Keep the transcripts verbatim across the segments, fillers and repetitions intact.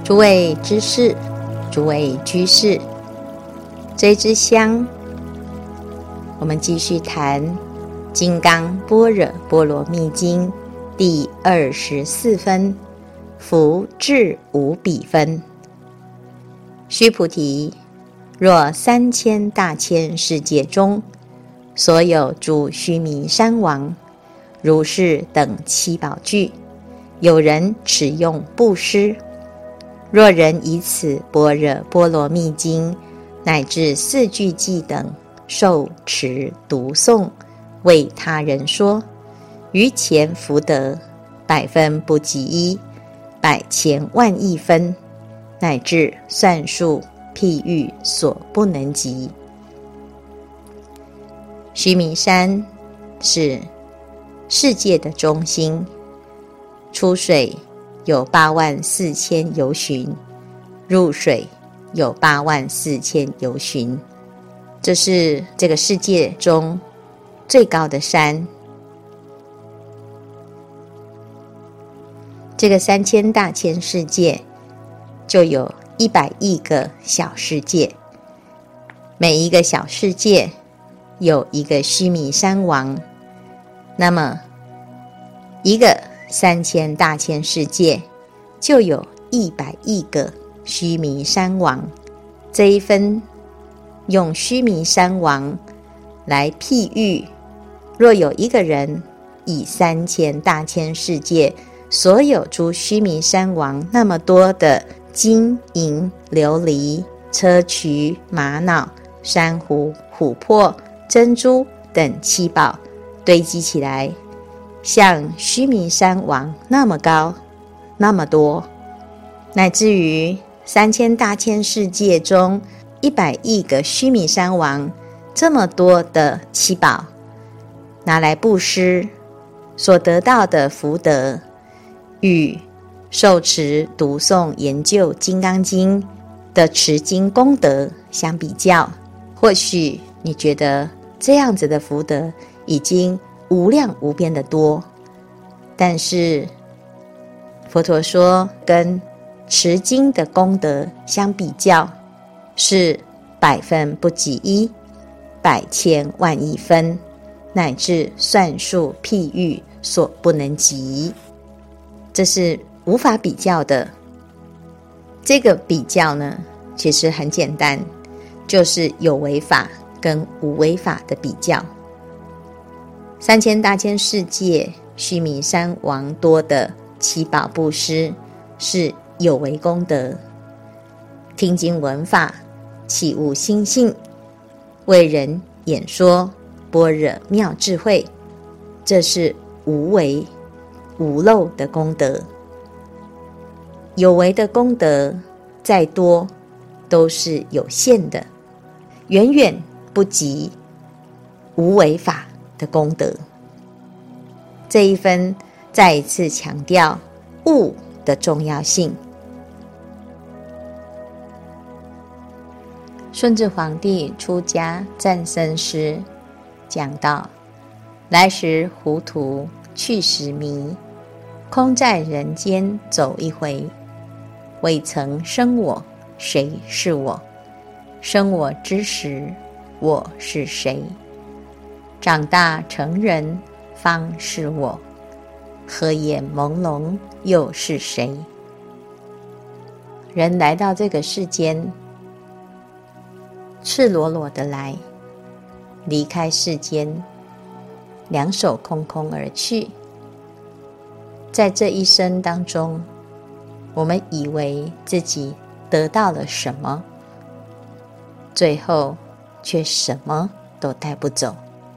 诸位知士，诸位居士，这一支香，我们继续谈《金刚般若波罗蜜经》第二十四分，福至无比分。须菩提，若三千大千世界中，所有诸须弥山王、如是等七宝具，有人持用布施，若人以此般若波罗蜜经乃至四句偈等受持读诵，为他人说，于前福德百分不及一，百千万亿分，乃至算数譬喻所不能及。须弥山是世界的中心，出水有八万四千由旬，入水有八万四千由旬，这是这个世界中最高的山。这个三千大千世界就有一百亿个小世界，每一个小世界有一个须弥山王，那么一个三千大千世界就有一百亿个须弥山王。这一分用须弥山王来譬喻，若有一个人以三千大千世界所有诸须弥山王那么多的金银琉璃砗磲玛瑙珊瑚琥珀珍珠等七宝堆积起来，像须弥山王那么高那么多，乃至于三千大千世界中一百亿个须弥山王这么多的七宝拿来布施，所得到的福德与受持读诵研究金刚经的持经功德相比较，或许你觉得这样子的福德已经无量无边的多，但是佛陀说跟持经的功德相比较，是百分不及一，百千万亿分，乃至算数譬喻所不能及，这是无法比较的。这个比较呢，其实很简单，就是有为法跟无为法的比较。三千大千世界须弥山王多的七宝布施是有为功德，听经闻法起悟心性，为人演说般若妙智慧，这是无为无漏的功德。有为的功德再多都是有限的，远远不及无为法的功德。这一分再一次强调悟的重要性。顺治皇帝出家赞僧师讲到，来时糊涂去时迷，空在人间走一回，未曾生我，谁是我？生我之时，我是谁？长大成人，方是我，合眼朦胧，又是谁？人来到这个世间，赤裸裸的来，离开世间，两手空空而去。在这一生当中，我们以为自己得到了什么，最后却什么都带不走。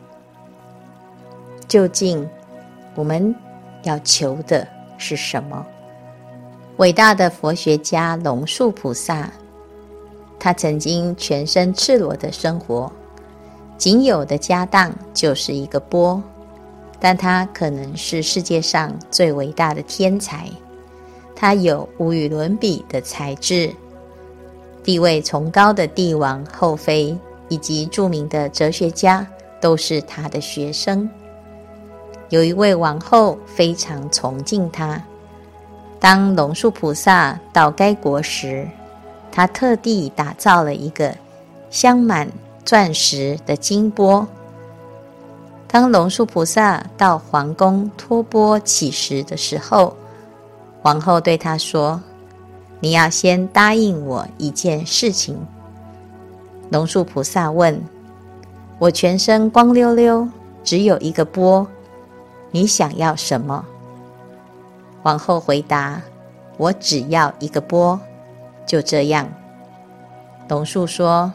究竟我们要求的是什么？伟大的佛学家龙树菩萨，他曾经全身赤裸的生活，仅有的家当就是一个钵，但他可能是世界上最伟大的天才，他有无与伦比的才智，地位崇高的帝王后妃以及著名的哲学家都是他的学生。有一位王后非常崇敬他， 当龙树菩萨到该国时，他特地打造了一个镶满钻石的金钵。当龙树菩萨到皇宫托钵乞食的时候，皇后对他说：你要先答应我一件事情。龙树菩萨问：我全身光溜溜，只有一个钵，你想要什么？皇后回答：我只要一个钵。就这样，龙树说：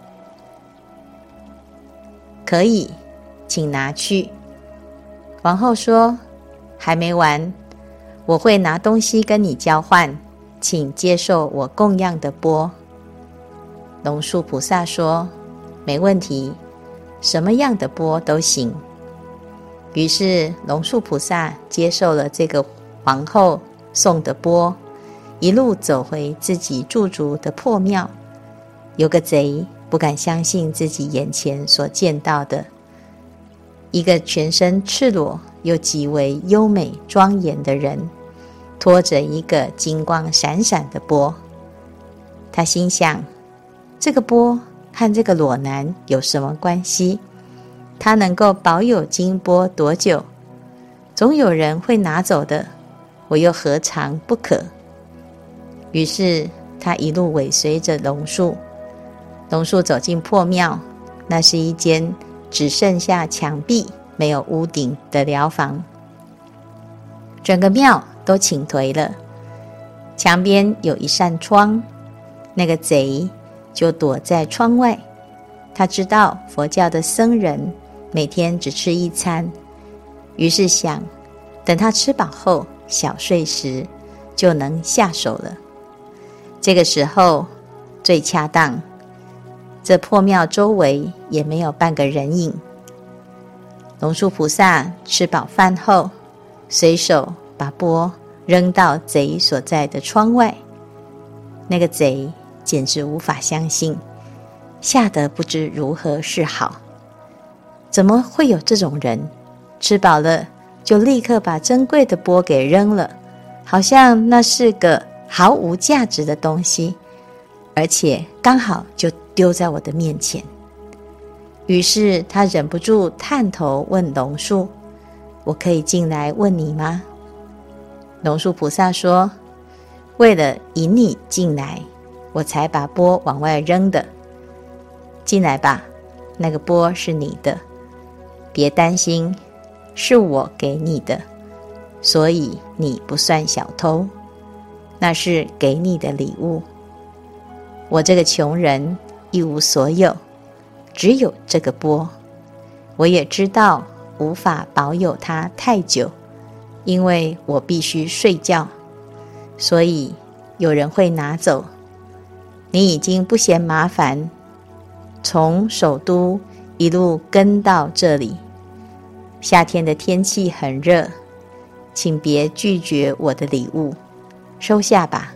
可以，请拿去。皇后说：还没完，我会拿东西跟你交换，请接受我供养的钵。龙树菩萨说：没问题，什么样的钵都行。于是龙树菩萨接受了这个皇后送的钵，一路走回自己驻足的破庙。有个贼不敢相信自己眼前所见到的，一个全身赤裸又极为优美庄严的人，拖着一个金光闪闪的钵。他心想，这个钵和这个裸男有什么关系？他能够保有金钵多久？总有人会拿走的，我又何尝不可？于是他一路尾随着龙树。龙树走进破庙，那是一间只剩下墙壁没有屋顶的寮房，整个庙都倾颓了。墙边有一扇窗，那个贼就躲在窗外。他知道佛教的僧人每天只吃一餐，于是想等他吃饱后小睡时就能下手了。这个时候最恰当，这破庙周围也没有半个人影。龙树菩萨吃饱饭后，随手把钵扔到贼所在的窗外。那个贼简直无法相信，吓得不知如何是好。怎么会有这种人，吃饱了就立刻把珍贵的钵给扔了，好像那是个毫无价值的东西，而且刚好就丢在我的面前。于是他忍不住探头问龙树：我可以进来问你吗？龙树菩萨说：为了引你进来，我才把钵往外扔的。进来吧，那个钵是你的，别担心，是我给你的，所以你不算小偷，那是给你的礼物。我这个穷人一无所有，只有这个钵，我也知道无法保有它太久，因为我必须睡觉，所以有人会拿走。你已经不嫌麻烦，从首都一路跟到这里，夏天的天气很热，请别拒绝我的礼物，收下吧。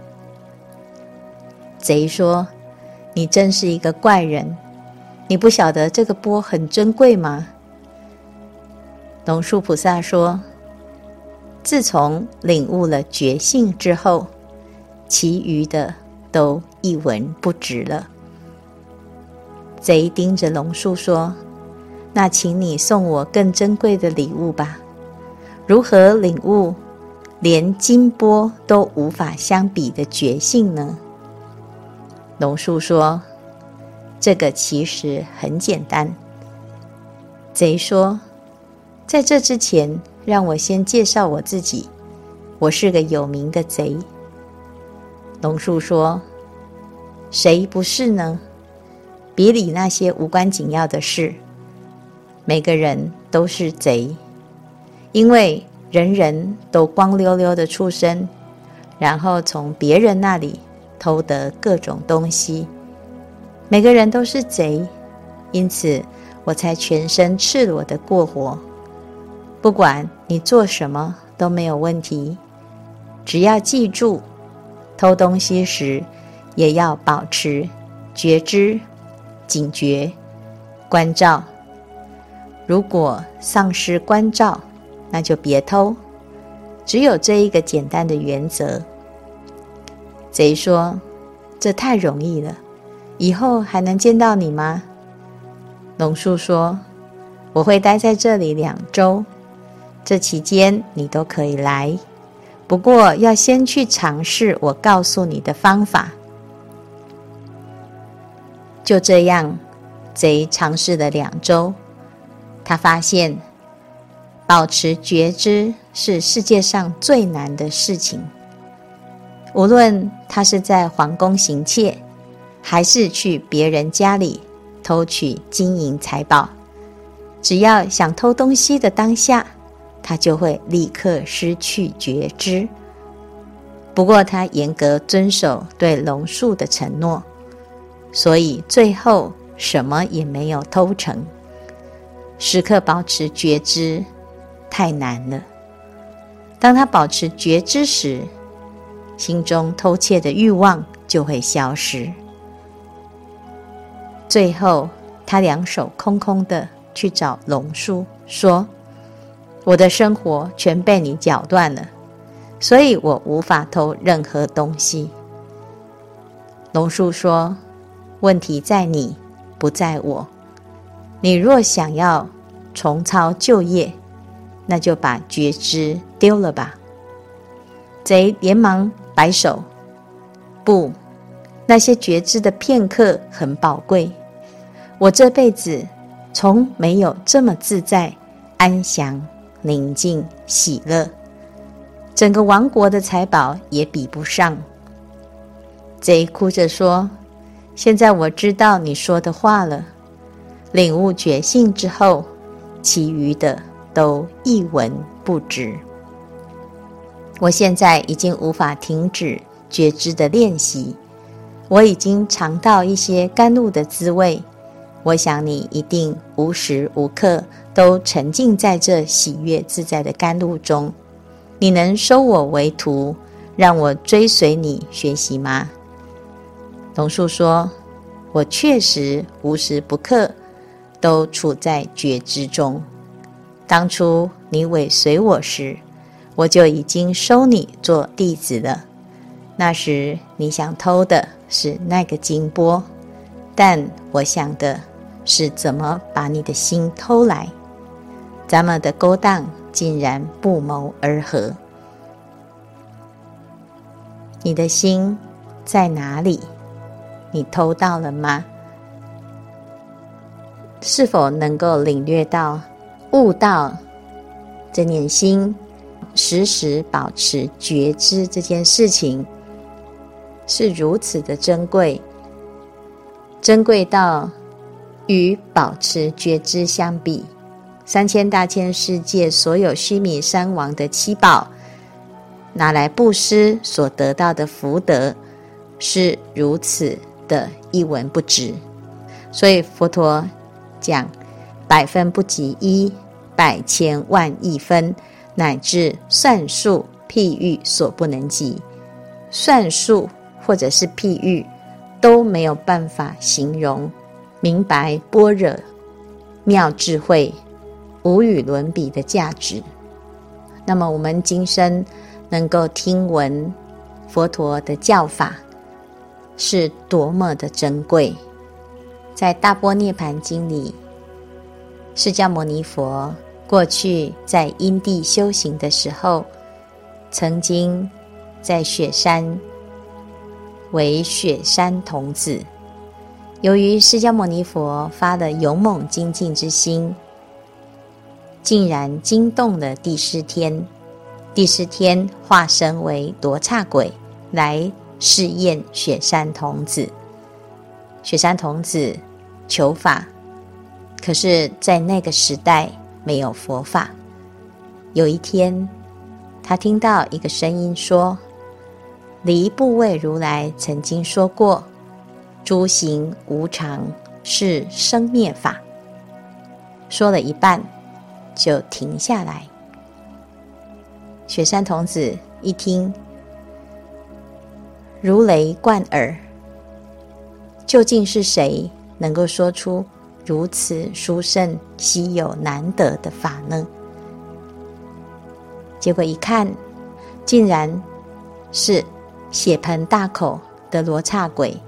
贼说：你真是一个怪人，你不晓得这个钵很珍贵吗？龙树菩萨说：自从领悟了觉性之后，其余的都一文不值了。贼盯着龙树说：那请你送我更珍贵的礼物吧。如何领悟连金钵都无法相比的觉性呢？龙树说：这个其实很简单。贼说：在这之前，让我先介绍我自己，我是个有名的贼。龙树说：谁不是呢？别理那些无关紧要的事，每个人都是贼，因为人人都光溜溜的出生，然后从别人那里偷得各种东西，每个人都是贼，因此我才全身赤裸的过活。不管你做什么都没有问题，只要记住，偷东西时也要保持觉知、警觉、关照。如果丧失关照，那就别偷。只有这一个简单的原则， 贼说：这太容易了，以后还能见到你吗？龙树说：我会待在这里两周，这期间你都可以来，不过要先去尝试我告诉你的方法。就这样，贼尝试了两周，他发现保持觉知是世界上最难的事情。无论他是在皇宫行窃，还是去别人家里偷取金银财宝，只要想偷东西的当下，他就会立刻失去觉知。不过他严格遵守对龙树的承诺，所以最后什么也没有偷成。时刻保持觉知太难了。当他保持觉知时，心中偷窃的欲望就会消失。最后他两手空空的去找龙树，说：我的生活全被你搅乱了，所以我无法偷任何东西。龙树说：问题在你，不在我。你若想要重操旧业，那就把觉知丢了吧。贼连忙摆手：不，那些觉知的片刻很宝贵，我这辈子从没有这么自在、安详、宁静、喜乐，整个王国的财宝也比不上。贼哭着说：现在我知道你说的话了，领悟觉性之后，其余的都一文不值。我现在已经无法停止觉知的练习，我已经尝到一些甘露的滋味，我想你一定无时无刻都沉浸在这喜悦自在的甘露中。你能收我为徒，让我追随你学习吗？龙树说：我确实无时不刻都处在觉知中。当初你尾随我时，我就已经收你做弟子了。那时你想偷的是那个金钵，但我想的是怎么把你的心偷来。咱们的勾当竟然不谋而合。你的心在哪里？你偷到了吗？是否能够领略到、悟到这念心时时保持觉知这件事情是如此的珍贵，珍贵到与保持觉知相比，三千大千世界所有须弥山王的七宝拿来布施所得到的福德是如此的一文不值。所以佛陀讲百分不及一，百千万亿分，乃至算术譬喻所不能及。算术或者是譬喻都没有办法形容明白般若妙智慧无与伦比的价值。那么我们今生能够听闻佛陀的教法是多么的珍贵。在大般涅盘经里，释迦牟尼佛过去在因地修行的时候，曾经在雪山为雪山童子。由于释迦牟尼佛发了勇猛精进之心，竟然惊动了帝释天。帝释天化身为罗刹鬼来试验雪山童子。雪山童子求法，可是在那个时代没有佛法。有一天，他听到一个声音说，离部位如来曾经说过，诸行无常，是生灭法。说了一半就停下来。雪山童子一听，如雷贯耳，究竟是谁能够说出如此殊胜稀有难得的法呢？结果一看，竟然是血盆大口的罗刹鬼。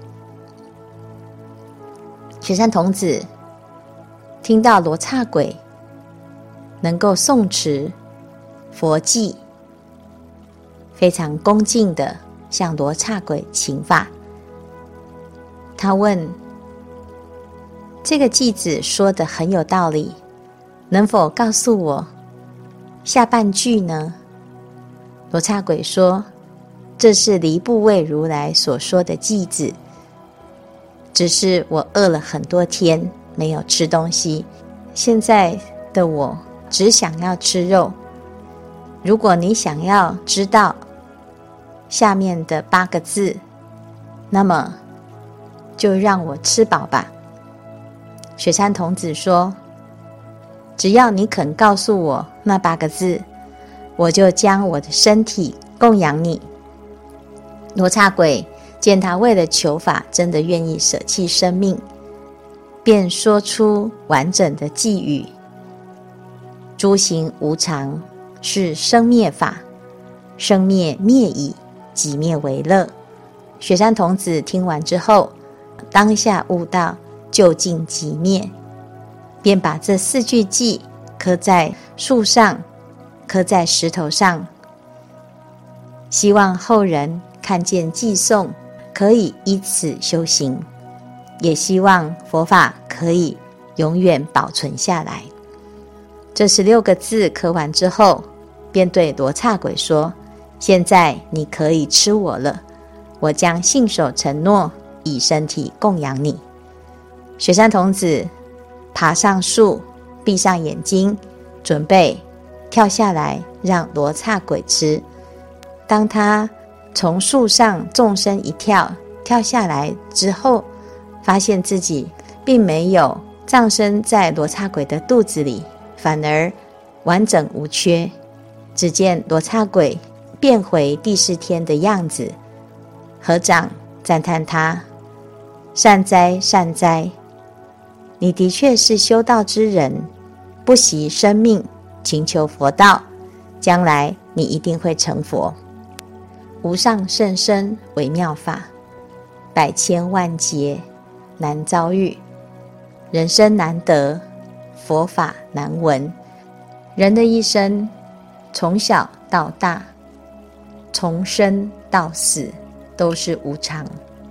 雪山童子听到罗刹鬼能够诵持佛偈，非常恭敬地向罗刹鬼请法。他问，这个偈子说得很有道理，能否告诉我下半句呢？罗刹鬼说，这是离部位如来所说的偈子，只是我饿了很多天没有吃东西，现在的我只想要吃肉。如果你想要知道下面的八个字，那么就让我吃饱吧。雪山童子说，只要你肯告诉我那八个字，我就将我的身体供养你。罗刹鬼见他为了求法真的愿意舍弃生命，便说出完整的偈语，诸行无常，是生灭法，生灭灭矣，即灭为乐。雪山童子听完之后，当下悟到究竟即灭，便把这四句偈刻在树上，刻在石头上，希望后人看见偈诵，可以依此修行，也希望佛法可以永远保存下来。这十六个字刻完之后，便对罗刹鬼说，现在你可以吃我了，我将信守承诺，以身体供养你。雪山童子爬上树，闭上眼睛，准备跳下来让罗刹鬼吃。当他从树上纵身一跳，跳下来之后，发现自己并没有葬身在罗刹鬼的肚子里，反而完整无缺。只见罗刹鬼变回第四天的样子，合掌赞叹他，善哉善哉，你的确是修道之人，不惜生命勤求佛道，将来你一定会成佛。无上甚深微妙法，百千万劫难遭遇，人生难得，佛法难闻。人的一生从小到大，从生到死都是无常。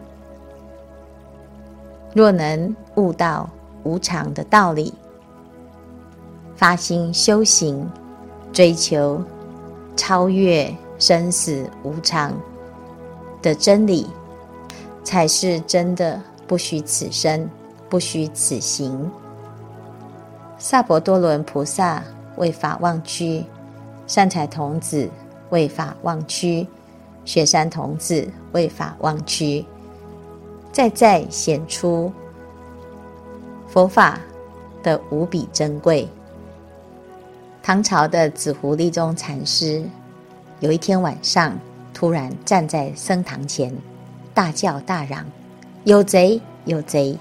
若能悟到无常的道理，发心修行，追求超越生死无常的真理，才是真的不虚此生，不虚此行。萨婆多伦菩萨为法忘躯，善财童子为法忘躯，雪山童子为法忘躯，再再显出佛法的无比珍贵。唐朝的紫湖立宗禅师有一天晚上突然站在僧堂前，大叫大嚷，有贼有贼，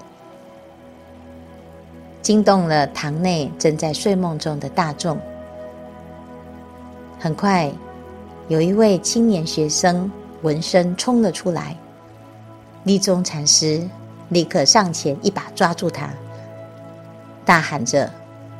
惊动了堂内正在睡梦中的大众。很快有一位青年学生闻声冲了出来，立宗禅师立刻上前一把抓住他，大喊着，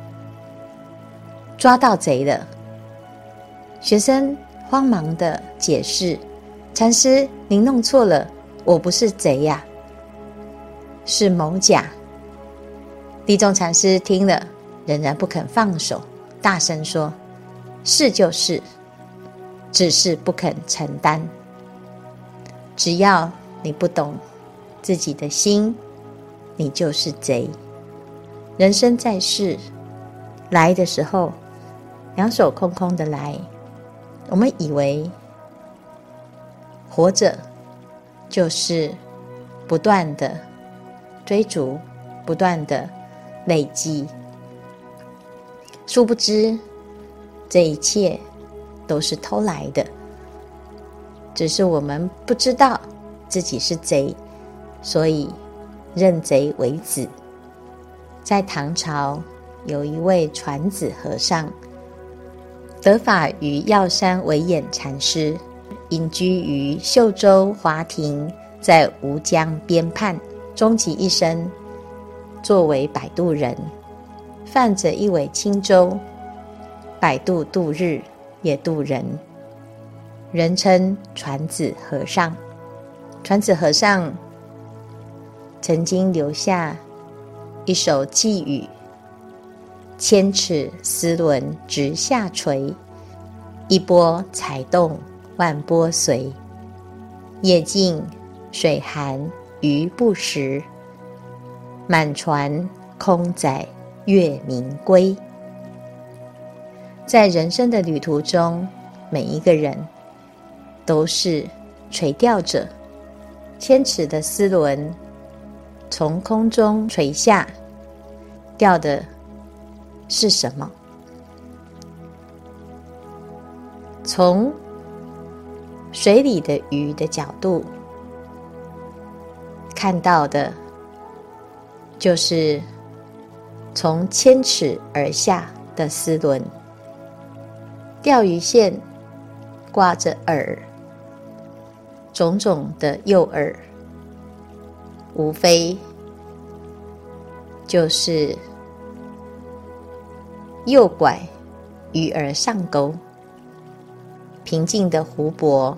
抓到贼了。学生慌忙地解释，禅师您弄错了，我不是贼呀、啊，是某甲。立宗禅师听了仍然不肯放手，大声说，是就是，只是不肯承担。只要你不懂自己的心，你就是贼。人生在世，来的时候两手空空的来，我们以为活着就是不断的追逐，不断的累积，殊不知这一切都是偷来的，只是我们不知道自己是贼，所以认贼为子。在唐朝有一位传子和尚，得法于药山惟演禅师， 隐居于秀州华亭，在吴江边畔，终其一生作为摆渡人，泛着一尾轻舟，摆渡度日，也渡人，人称传子和尚。传子和尚曾经留下一首寄语：千尺丝纶直下垂，一波才动万波随。夜静水寒鱼不食，满船空载月明归。在人生的旅途中，每一个人都是垂钓着千尺的丝纶，从空中垂下，钓的是什么？从水里的鱼的角度看到的，就是从千尺而下的丝纶。钓鱼线挂着饵，种种的诱饵，无非就是诱拐鱼儿上钩。平静的湖泊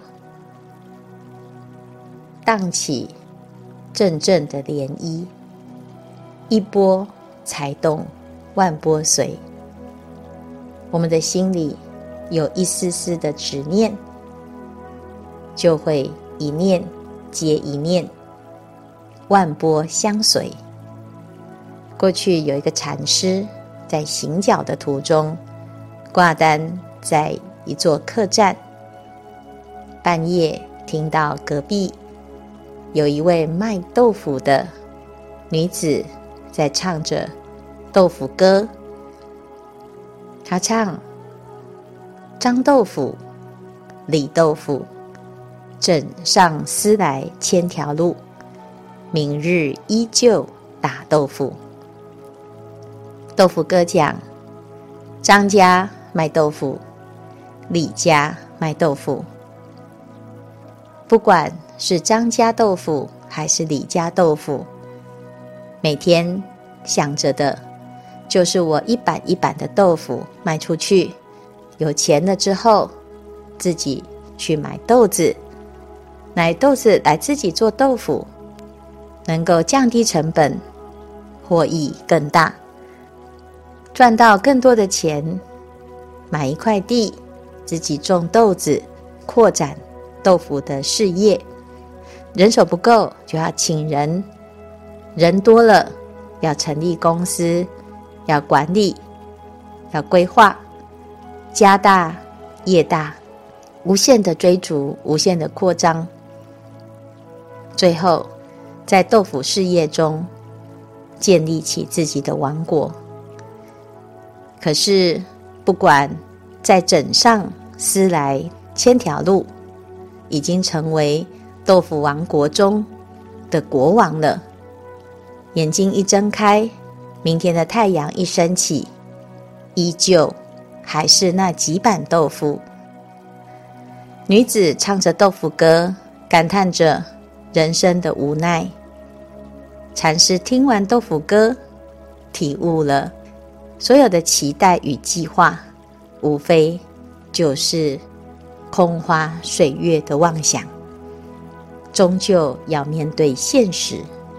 荡起阵阵的涟漪，一波才动万波随。我们的心里有一丝丝的执念，就会一念接一念，万波相随。过去有一个禅师在行脚的途中，挂单在一座客栈，半夜听到隔壁有一位卖豆腐的女子在唱着豆腐歌。她唱：张豆腐，李豆腐，枕上丝来千条路，明日依旧打豆腐。豆腐歌讲，张家卖豆腐，李家卖豆腐。不管是张家豆腐还是李家豆腐，每天想着的就是我一板一板的豆腐卖出去，有钱了之后自己去买豆子，买豆子来自己做豆腐，能够降低成本，获益更大，赚到更多的钱，买一块地自己种豆子，扩展豆腐的事业。人手不够就要请人，人多了要成立公司，要管理，要规划，家大业大，无限的追逐，无限的扩张，最后在豆腐事业中建立起自己的王国。可是不管在枕上丝来千条路，已经成为豆腐王国中的国王了。眼睛一睁开，明天的太阳一升起，依旧还是那几板豆腐。女子唱着豆腐歌，感叹着人生的无奈。禅师听完豆腐歌，体悟了所有的期待与计划，无非就是空花水月的妄想，终究要面对现实。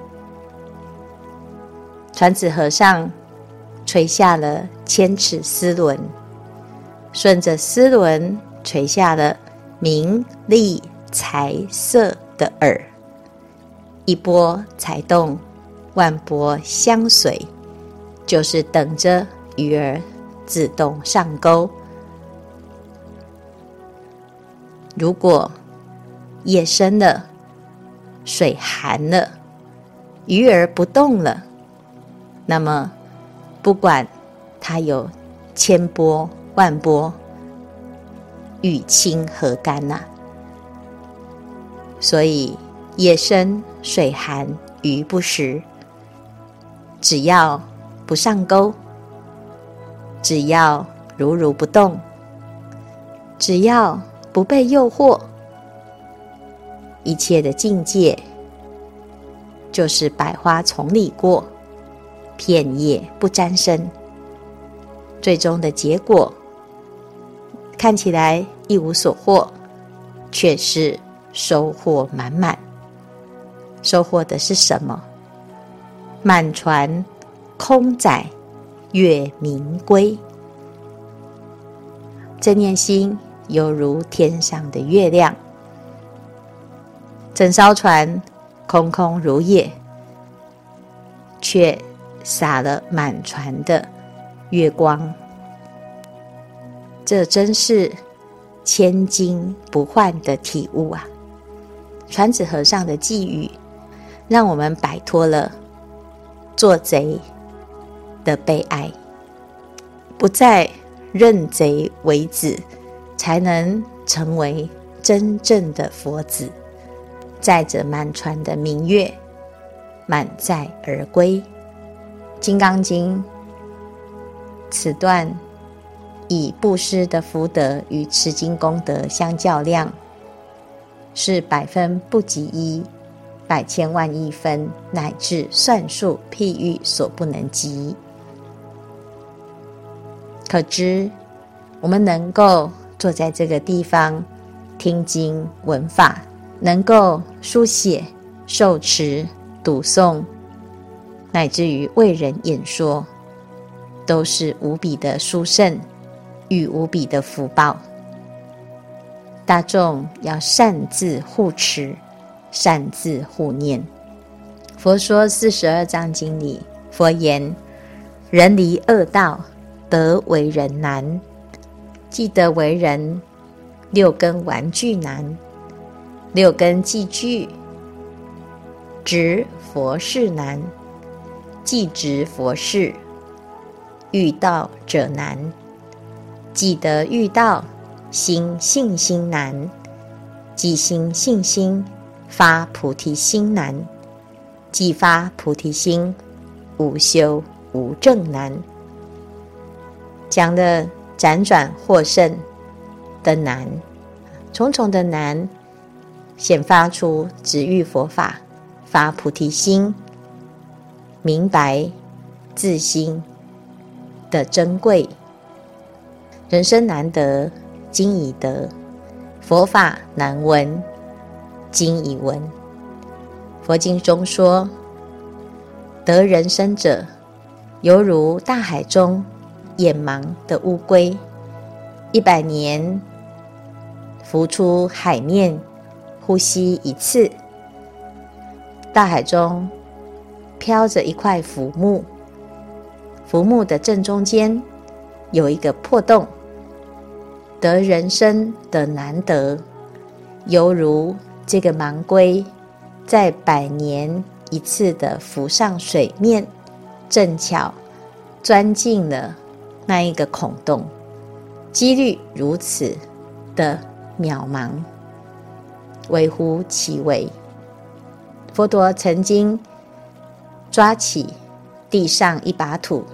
传子和尚垂下了千尺丝纶，顺着丝纶垂下了名利财色的饵，一波才动万波相随，就是等着鱼儿自动上钩。如果夜深了，水寒了，鱼儿不动了，那么不管它有千波万波，与清何干啊？所以夜深水寒鱼不食，只要不上钩，只要如如不动，只要不被诱惑， 一切的境界就是百花丛里过，片叶不沾身。最终的结果看起来一无所获，却是收获满满。收获的是什么？满船空载月明归。这念心犹如天上的月亮，整艘船空空如也，却洒了满船的月光。这真是千金不换的体悟啊！传子和尚的寄语，让我们摆脱了做贼的悲哀，不再认贼为子，才能成为真正的佛子，载着满船的明月，满载而归。《金刚经》此段以布施的福德与持经功德相较量，是百分不及一，百千万亿分，乃至算术譬喻所不能及。可知我们能够坐在这个地方听经闻法，能够书写、受持、读诵，乃至于为人演说，都是无比的殊胜与无比的福报。大众要擅自护持，擅自护念。佛说四十二章经里，佛言：人离恶道，得为人难。既得为人，六根玩具难。六根既具，执佛事难。既执佛事，遇道者难。既得遇道，心信心难。既心信心，发菩提心难。既发菩提心，无修无证难。讲的辗转获胜的难，重重的难，显发出直遇佛法，发菩提心，明白自心的珍贵。人生难得经已得，佛法难闻经已闻。佛经中说，得人生者，犹如大海中眼盲的乌龟，一百年浮出海面，呼吸一次。大海中飘着一块浮木，浮木的正中间有一个破洞。得人生的难得，犹如这个盲龟在百年一次的浮上水面，正巧钻进了那一个孔洞，几率如此的渺茫，微乎其微。佛陀曾经抓起地上一把土，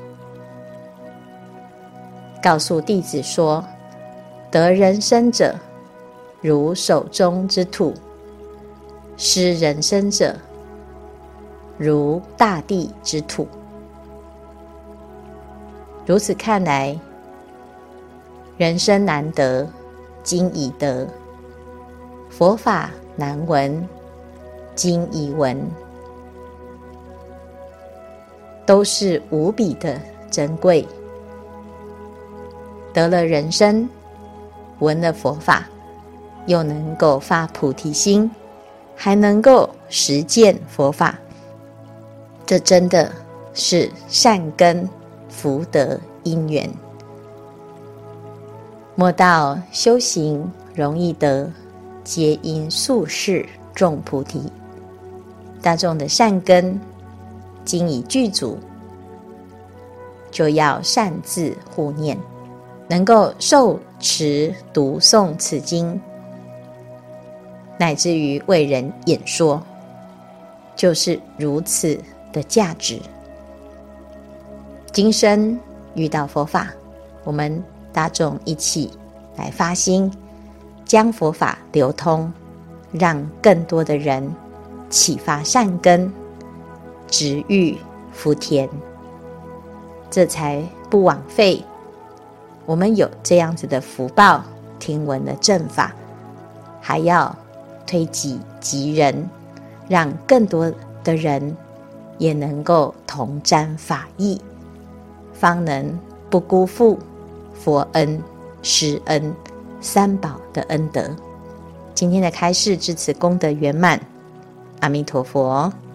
告诉弟子说，得人生者，如手中之土；失人生者，如大地之土。如此看来，人生难得经已得，佛法难闻经已闻，都是无比的珍贵。得了人生，闻了佛法，又能够发菩提心，还能够实践佛法，这真的是善根福德因缘。莫道修行容易得，皆因宿世种菩提。大众的善根经已具足，就要擅自护念，能够受持读诵此经，乃至于为人演说，就是如此的价值。今生遇到佛法，我们大众一起来发心，将佛法流通， 让更多的人启发善根，植育福田，这才不枉费我们有这样子的福报，听闻了正法，还要推己及人，让更多的人也能够同沾法益，方能不辜负佛恩、师恩、三宝的恩德。今天的开示至此功德圆满，阿弥陀佛。